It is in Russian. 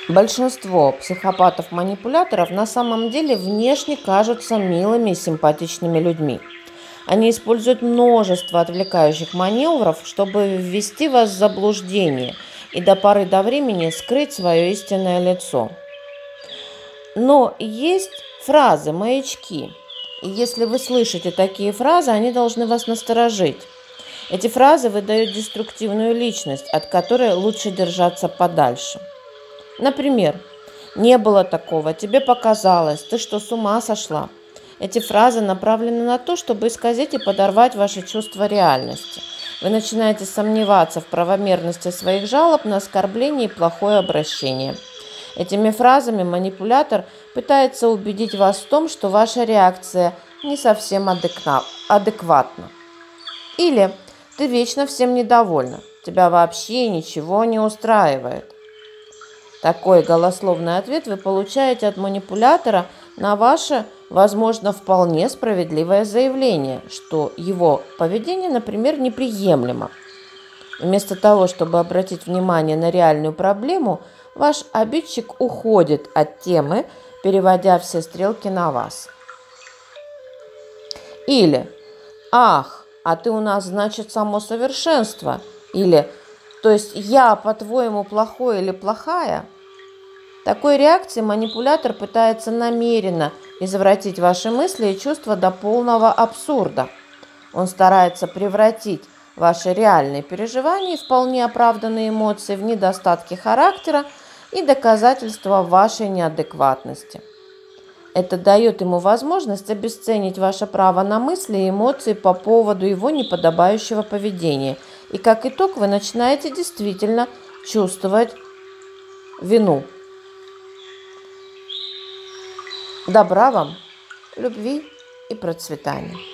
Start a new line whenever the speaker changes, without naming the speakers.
Большинство психопатов-манипуляторов на самом деле внешне кажутся милыми и симпатичными людьми. Они используют множество отвлекающих маневров, чтобы ввести вас в заблуждение и до поры до времени скрыть свое истинное лицо. Но есть фразы-маячки. И если вы слышите такие фразы, они должны вас насторожить. Эти фразы выдают деструктивную личность, от которой лучше держаться подальше. Например, «Не было такого, тебе показалось, ты что, с ума сошла?» Эти фразы направлены на то, чтобы исказить и подорвать ваши чувства реальности. Вы начинаете сомневаться в правомерности своих жалоб на оскорбление и плохое обращение. Этими фразами манипулятор пытается убедить вас в том, что ваша реакция не совсем адекватна. Или «Ты вечно всем недовольна, тебя вообще ничего не устраивает». Такой голословный ответ вы получаете от манипулятора на ваше, возможно, вполне справедливое заявление, что его поведение, например, неприемлемо. Вместо того, чтобы обратить внимание на реальную проблему, ваш обидчик уходит от темы, переводя все стрелки на вас. Или «Ах, а ты у нас, значит, само совершенство». Или «То есть я, по-твоему, плохой или плохая?» Такой реакции манипулятор пытается намеренно извратить ваши мысли и чувства до полного абсурда. Он старается превратить ваши реальные переживания и вполне оправданные эмоции в недостатки характера и доказательства вашей неадекватности. Это дает ему возможность обесценить ваше право на мысли и эмоции по поводу его неподобающего поведения. И как итог вы начинаете действительно чувствовать вину. Добра вам, любви и процветания.